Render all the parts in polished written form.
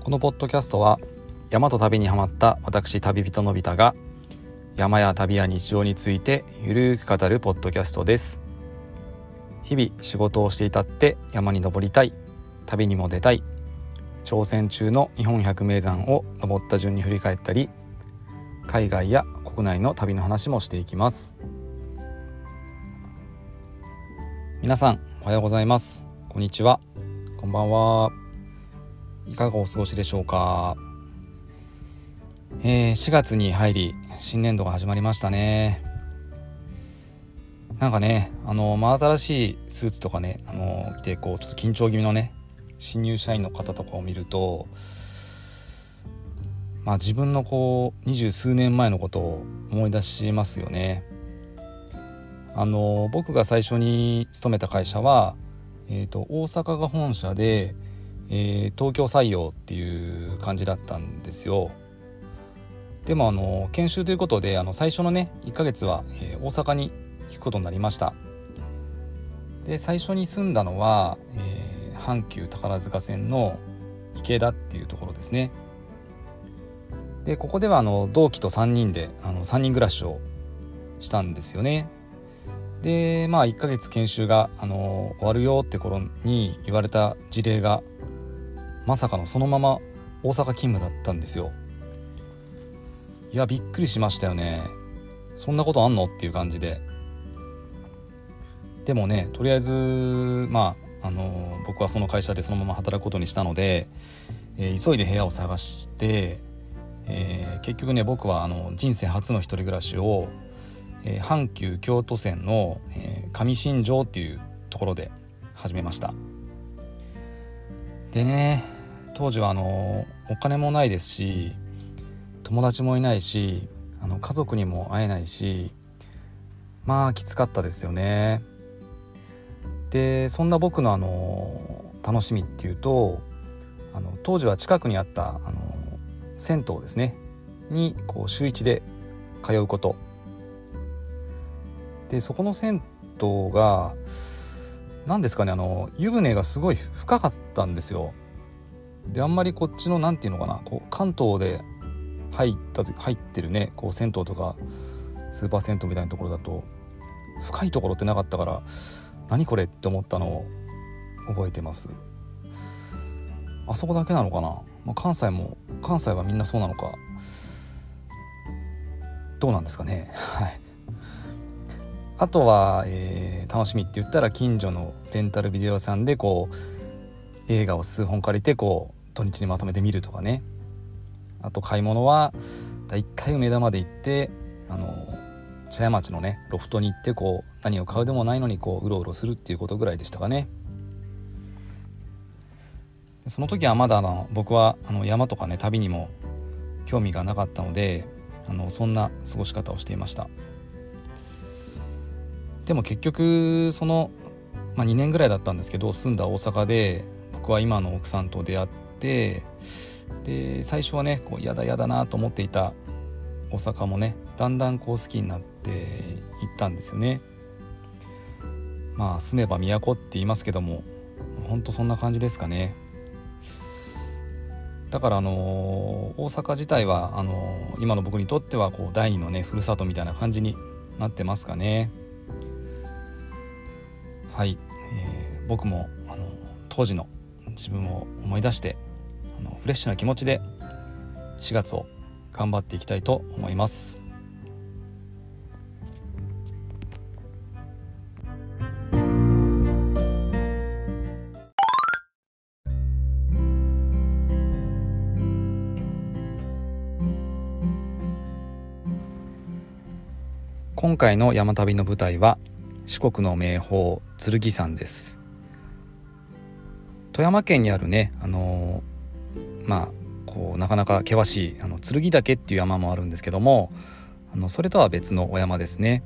このポッドキャストは山と旅にハマった私旅人のび太が山や旅や日常についてゆるく語るポッドキャストです。日々仕事をしていたって山に登りたい、旅にも出たい、挑戦中の日本百名山を登った順に振り返ったり、海外や国内の旅の話もしていきます。皆さんおはようございます、こんにちは、こんばんは。いかがお過ごしでしょうか。4月に入り新年度が始まりましたね。なんかね、新しいスーツとかね、着てちょっと緊張気味のね新入社員の方とかを見ると、自分の20数年前のことを思い出しますよね。僕が最初に勤めた会社は、大阪が本社で、東京採用っていう感じだったんですよ。でも研修ということで最初のね1ヶ月は、大阪に行くことになりました。で最初に住んだのは、阪急宝塚線の池田っていうところですね。でここでは同期と3人で3人暮らしをしたんですよね。で1ヶ月研修が終わるよって頃に言われた事例がまさかのそのまま大阪勤務だったんですよ。いやびっくりしましたよね。そんなことあんのっていう感じで。でもね、とりあえず僕はその会社でそのまま働くことにしたので、急いで部屋を探して、結局ね僕は人生初の一人暮らしを、阪急京都線の、上新庄っていうところで始めました。でね、当時はお金もないですし、友達もいないし、家族にも会えないし、きつかったですよね。でそんな僕の楽しみっていうと、当時は近くにあった銭湯ですねに週1で通うことで、そこの銭湯が何ですかね、湯船がすごい深かったんですよ。であんまりこっちのなんていうのかな、関東で入ってるね銭湯とかスーパー銭湯みたいなところだと深いところってなかったから、何これって思ったのを覚えてます。あそこだけなのかな、関西はみんなそうなのかどうなんですかね。はい。あとは、楽しみって言ったら近所のレンタルビデオ屋さんで映画を数本借りて土日にまとめて見るとかね。あと買い物はだいたい梅田まで行って茶屋町のねロフトに行って何を買うでもないのにうろうろするっていうことぐらいでしたかね。その時はまだ僕は山とかね旅にも興味がなかったのでそんな過ごし方をしていました。でも結局その、2年ぐらいだったんですけど、住んだ大阪で僕は今の奥さんと出会って、で最初はねやだなと思っていた大阪もねだんだん好きになっていったんですよね。住めば都って言いますけども、本当そんな感じですかね。だから大阪自体は今の僕にとっては第二のねふるさとみたいな感じになってますかね。はい、僕も当時の自分を思い出してフレッシュな気持ちで4月を頑張っていきたいと思います。今回の山旅の舞台は四国の名峰剣山です。富山県にあるねなかなか険しい剣岳っていう山もあるんですけども、それとは別のお山ですね。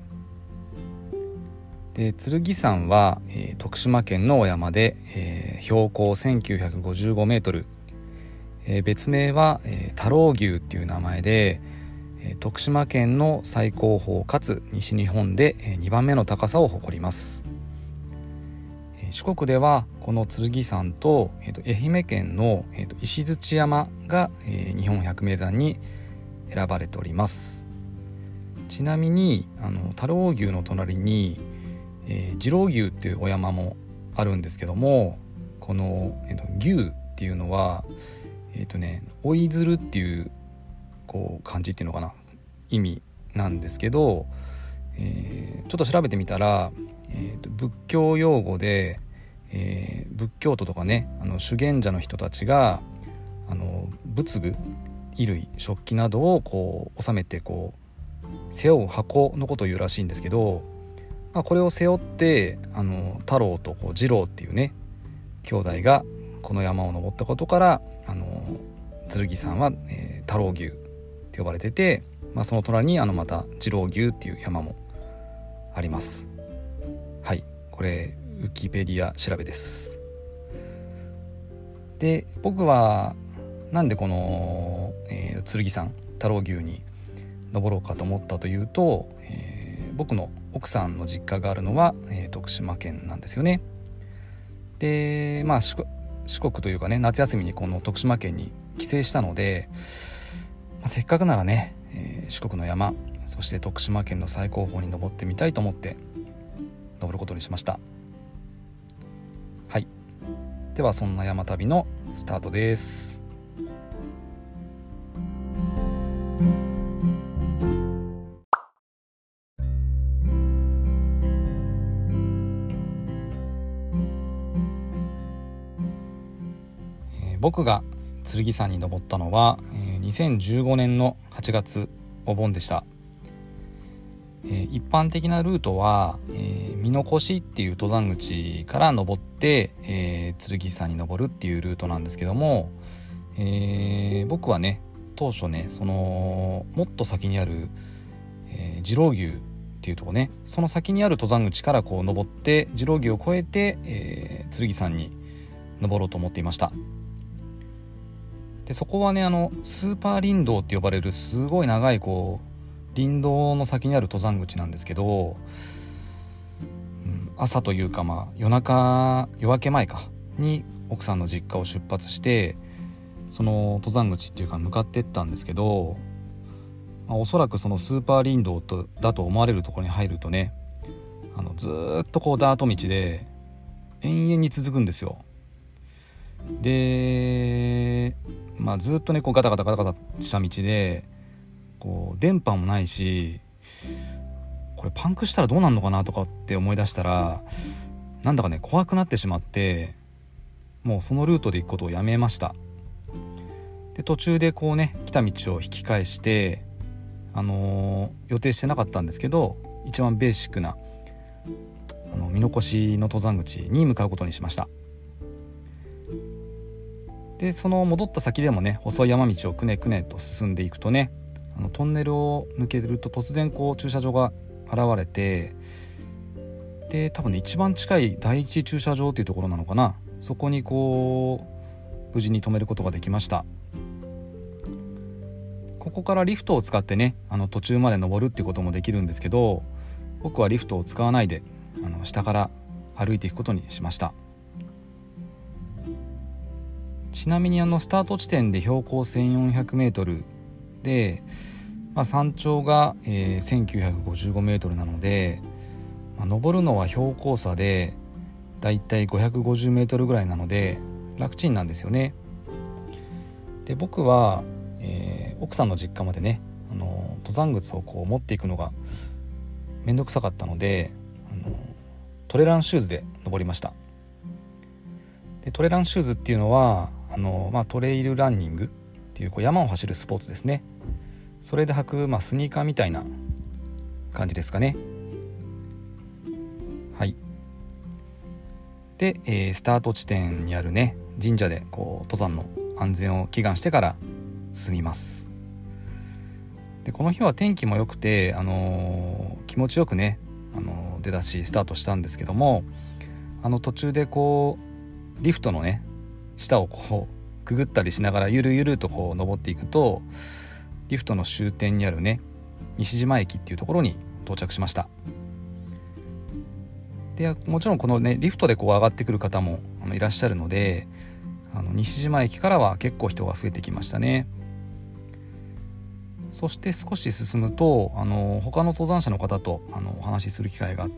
で剣山は、徳島県のお山で、標高1955メートル、別名は、太郎牛っていう名前で、徳島県の最高峰かつ西日本で2番目の高さを誇ります。 四国ではこの剣山と、愛媛県の、石鎚山が、日本百名山に選ばれております。ちなみに太郎牛の隣に、次郎牛っていうお山もあるんですけども、この、牛っていうのは追い鶴っていう漢字っていうのかな、意味なんですけど、ちょっと調べてみたら、仏教用語で、仏教徒とかね修験者の人たちが仏具、衣類、食器などを収めて背負う箱のことを言うらしいんですけど、これを背負って太郎と次郎っていうね兄弟がこの山を登ったことから剣山は、太郎牛って呼ばれてて、その隣にまた次郎牛っていう山もあります。はい、これウィキペディア調べです。で、僕はなんでこの、剣山太郎牛に登ろうかと思ったというと、僕の奥さんの実家があるのは、徳島県なんですよね。で、四国というかね、夏休みにこの徳島県に帰省したので、せっかくならね、四国の山、そして徳島県の最高峰に登ってみたいと思って登ることにしました。はい、ではそんな山旅のスタートです。僕が剣山に登ったのは2015年の8月お盆でした。一般的なルートは見残しっていう登山口から登って剣山に登るっていうルートなんですけども、僕はね当初ねもっと先にある次郎牛っていうとこね、その先にある登山口から登って次郎牛を越えて剣山に登ろうと思っていました。でそこはねスーパー林道って呼ばれるすごい長い林道の先にある登山口なんですけど、朝というか夜明け前かに奥さんの実家を出発してその登山口っていうか向かってったんですけど、おそらくそのスーパー林道だと思われるところに入るとねずっとダート道で延々に続くんですよ。でずっとねガタガタガタガタした道で電波もないし、これパンクしたらどうなるのかなとかって思い出したらなんだかね怖くなってしまって、もうそのルートで行くことをやめました。で途中で来た道を引き返して予定してなかったんですけど一番ベーシックな見残しの登山口に向かうことにしました。でその戻った先でもね細い山道をくねくねと進んでいくとねトンネルを抜けると突然駐車場が現れて、で多分ね一番近い第一駐車場っていうところなのかな、そこに無事に止めることができました。ここからリフトを使ってね途中まで登るっていうこともできるんですけど、僕はリフトを使わないで下から歩いていくことにしました。ちなみにスタート地点で標高 1400m で、山頂が、1955m なので、登るのは標高差でだいたい 550m ぐらいなので楽ちんなんですよね。で僕は、奥さんの実家までね登山靴を持っていくのがめんどくさかったのでトレランシューズで登りました。でトレランシューズっていうのはトレイルランニングっていう山を走るスポーツですね。それで履く、スニーカーみたいな感じですかね。はい。で、スタート地点にあるね神社で登山の安全を祈願してから進みます。でこの日は天気も良くて、気持ちよくね出だしスタートしたんですけども、途中でリフトのね下をくぐったりしながらゆるゆると登っていくと、リフトの終点にあるね西島駅っていうところに到着しました。 でもちろんこのねリフトでこう上がってくる方もいらっしゃるので、西島駅からは結構人が増えてきましたね。そして少し進むと他の登山者の方とお話しする機会があって、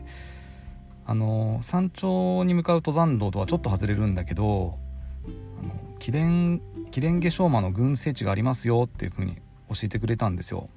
山頂に向かう登山道とはちょっと外れるんだけどキレンゲショウマの群生地がありますよっていう風に教えてくれたんですよ。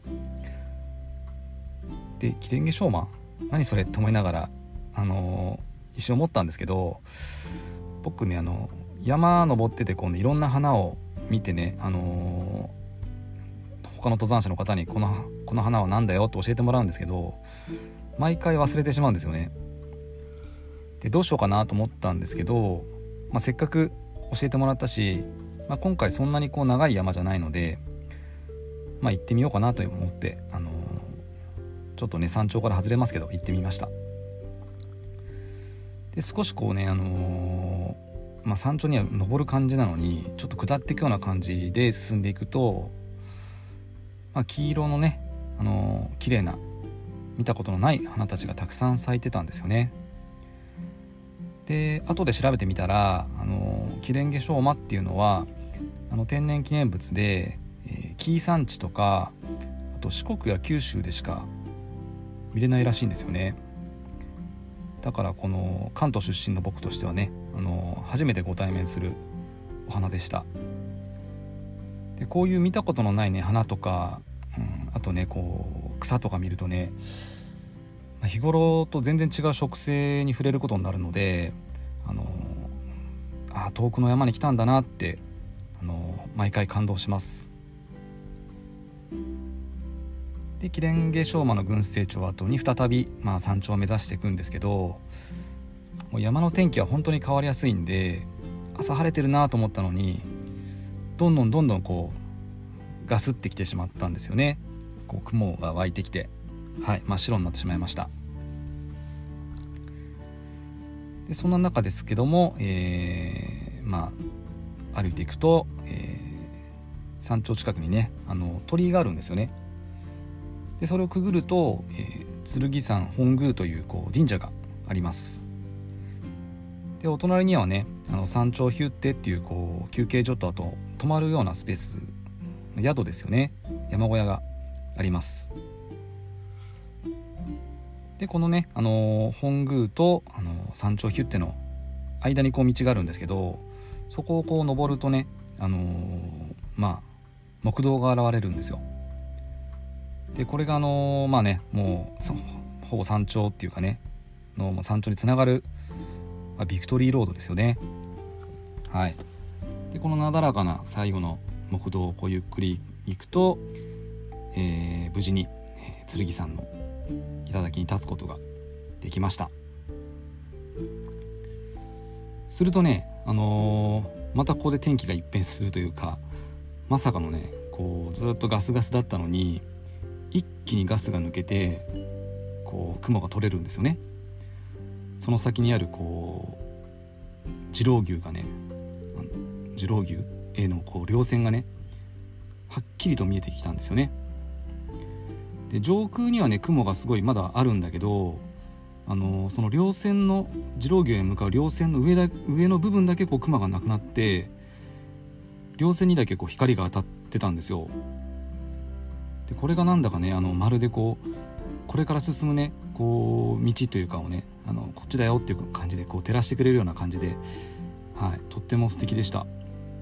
でキレンゲショウマ何それって思いながら一瞬思ったんですけど、僕ね山登っててこう、ね、いろんな花を見てね、他の登山者の方にこの花は何だよって教えてもらうんですけど、毎回忘れてしまうんですよね。でどうしようかなと思ったんですけど、せっかく教えてもらったし、今回そんなにこう長い山じゃないので、行ってみようかなと思ってちょっとね山頂から外れますけど行ってみました。で少しこうね山頂には登る感じなのにちょっと下っていくような感じで進んでいくと、黄色のね綺麗な見たことのない花たちがたくさん咲いてたんですよね。で後で調べてみたらキレンゲショウマっていうのは天然記念物で、紀伊山地とかあと四国や九州でしか見れないらしいんですよね。だからこの関東出身の僕としてはね初めてご対面するお花でした。でこういう見たことのないね花とか、あとねこう草とか見るとね日頃と全然違う植生に触れることになるので遠くの山に来たんだなって毎回感動します。でキレンゲショウマの群生地を後に再び、山頂を目指していくんですけど、もう山の天気は本当に変わりやすいんで朝晴れてるなと思ったのにどんどんこうガスってきてしまったんですよね。こう雲が湧いてきて、真っ白になってしまいました。でそんな中ですけども、歩いていくと、山頂近くにね鳥居があるんですよね。でそれをくぐると、剣山本宮という神社があります。でお隣にはね山頂ヒュッテっていう休憩所とあと泊まるようなスペース宿ですよね、山小屋があります。でこのね、本宮と山頂ヒュッテの間に道があるんですけど、そこを登るとね、木道が現れるんですよ。でこれがもうほぼ山頂っていうかね山頂につながる、ビクトリーロードですよね。でこのなだらかな最後の木道をゆっくり行くと、無事に、剣山の頂に立つことができました。するとね、またここで天気が一変するというか、まさかのねずっとガスガスだったのに一気にガスが抜けて雲が取れるんですよね。その先にある次郎牛がね次郎牛への稜線がねはっきりと見えてきたんですよね。で上空にはね雲がすごいまだあるんだけどその稜線の次郎牛へ向かう稜線の上の部分だけ雲がなくなって稜線にだけ光が当たってたんですよ。でこれがなんだかねまるでこれから進むね道というかをねこっちだよっていう感じで照らしてくれるような感じで、とっても素敵でした。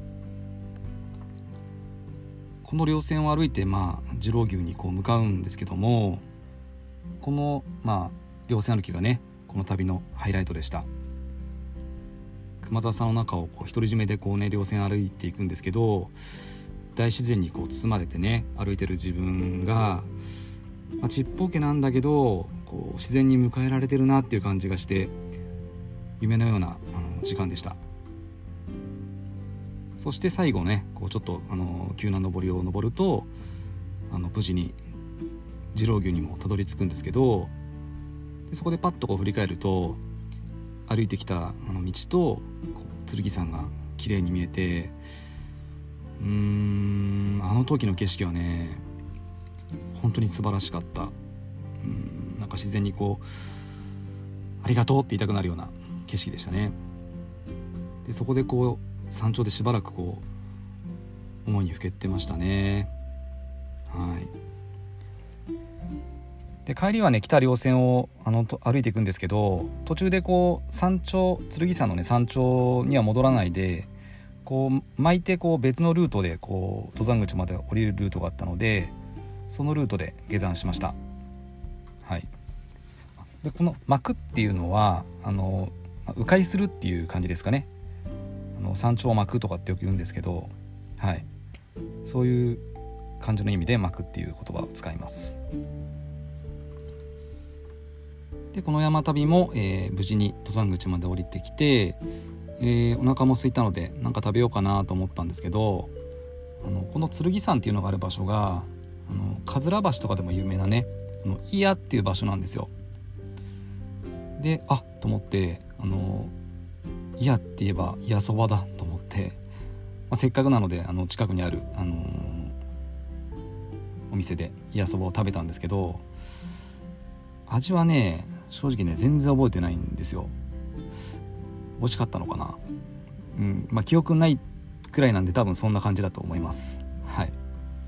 この稜線を歩いて次郎牛に向かうんですけども、この稜線歩きがねこの旅のハイライトでした。熊沢さんの中を独り占めで稜線歩いていくんですけど、大自然に包まれてね歩いてる自分が、ちっぽけなんだけど自然に迎えられてるなっていう感じがして夢のような時間でした。そして最後ねちょっと急な登りを登ると無事に次郎牛にもたどり着くんですけど、そこでパッと振り返ると歩いてきた道と剣山が綺麗に見えて、あの時の景色はね本当に素晴らしかった。なんか自然にありがとうって言いたくなるような景色でしたね。でそこでこう山頂でしばらくこう思いにふけってましたね。はい。で帰りはね北稜線を歩いていくんですけど、途中でこう剣山のね山頂には戻らないでこう巻いてこう別のルートでこう登山口まで降りるルートがあったので、そのルートで下山しました。はい。でこの巻くっていうのは迂回するっていう感じですかね。山頂を巻くとかってよく言うんですけど、はい、そういう感じの意味で巻くっていう言葉を使います。でこの山旅も、無事に登山口まで降りてきて、お腹も空いたので何か食べようかなと思ったんですけど、この剣山っていうのがある場所がかずら橋とかでも有名なね祖谷っていう場所なんですよ。でと思って祖谷って言えば祖谷そばだと思って、せっかくなので近くにある、お店で祖谷そばを食べたんですけど、味はね正直ね全然覚えてないんですよ。美味しかったのかな、記憶ないくらいなんで多分そんな感じだと思います。はい。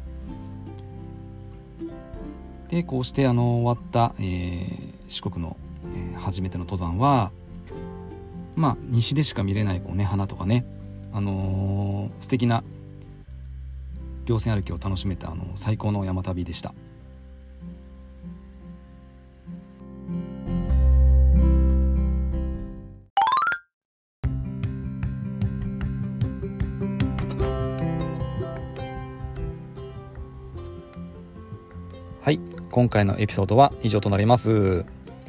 でこうして終わった、四国の、初めての登山は西でしか見れないこう、花とかね、素敵な稜線歩きを楽しめた最高の山旅でした。はい、今回のエピソードは以上となります。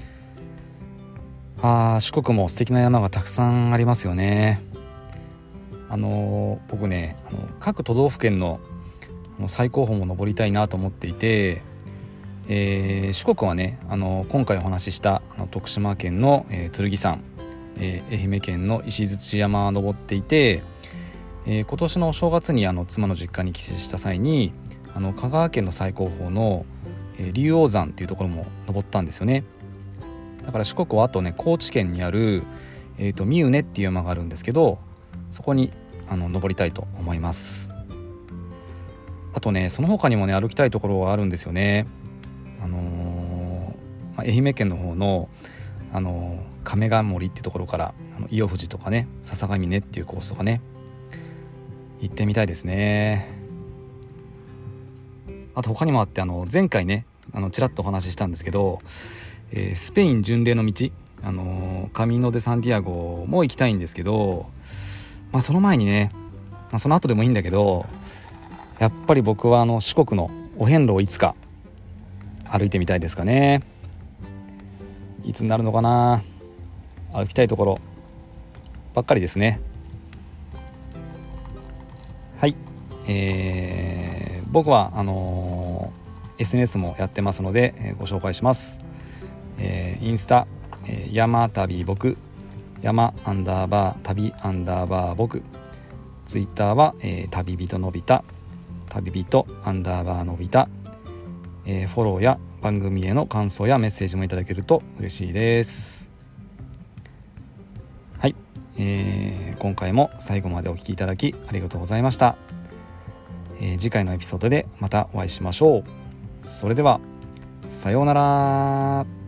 四国も素敵な山がたくさんありますよね。僕ね各都道府県の最高峰も登りたいなと思っていて、四国はね今回お話しした徳島県の、剣山、愛媛県の石鎚山を登っていて、今年の正月に妻の実家に帰省した際に香川県の最高峰の竜王山っていうところも登ったんですよね。だから四国はあとね高知県にある、三畝っていう山があるんですけど、そこに登りたいと思います。あとねその他にもね歩きたいところはあるんですよね。愛媛県の方の亀ヶ森ってところから伊予富士とかね笹ヶ峰っていうコースとかね行ってみたいですね。あと他にもあって前回ねちらっとお話ししたんですけど、スペイン巡礼の道カミノ・デ・サンティアゴも行きたいんですけど、その前にね、その後でもいいんだけどやっぱり僕は四国のお遍路をいつか歩いてみたいですかね。いつになるのかな。歩きたいところばっかりですね。はい、僕はSNS もやってますので、ご紹介します。インスタ、山旅僕山_旅_僕、ツイッターは、旅人のびた旅人_のびた、フォローや番組への感想やメッセージもいただけると嬉しいです。はい、今回も最後までお聞きいただきありがとうございました。次回のエピソードでまたお会いしましょう。それではさようなら。